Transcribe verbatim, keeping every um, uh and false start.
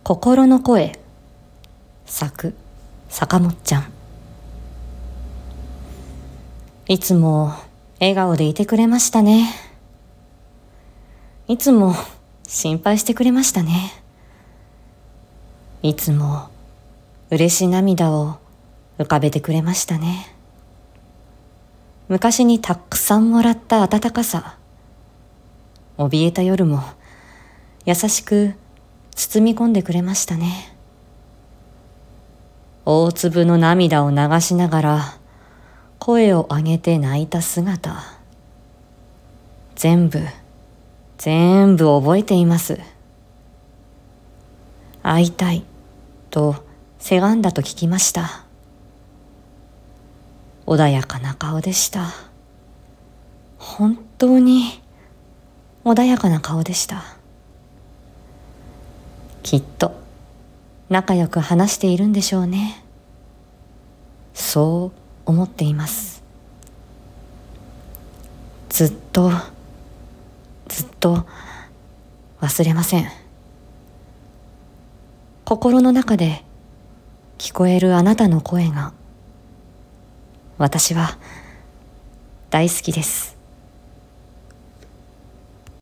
心の声。作、坂本ちゃん。いつも笑顔でいてくれましたね。いつも心配してくれましたね。いつも嬉しい涙を浮かべてくれましたね。昔にたくさんもらった温かさ、怯えた夜も優しく包み込んでくれましたね。大粒の涙を流しながら声を上げて泣いた姿、全部全部覚えています。会いたいとせがんだと聞きました。穏やかな顔でした。本当に穏やかな顔でした。きっと仲良く話しているんでしょうね。そう思っています。ずっとずっと忘れません。心の中で聞こえるあなたの声が私は大好きです。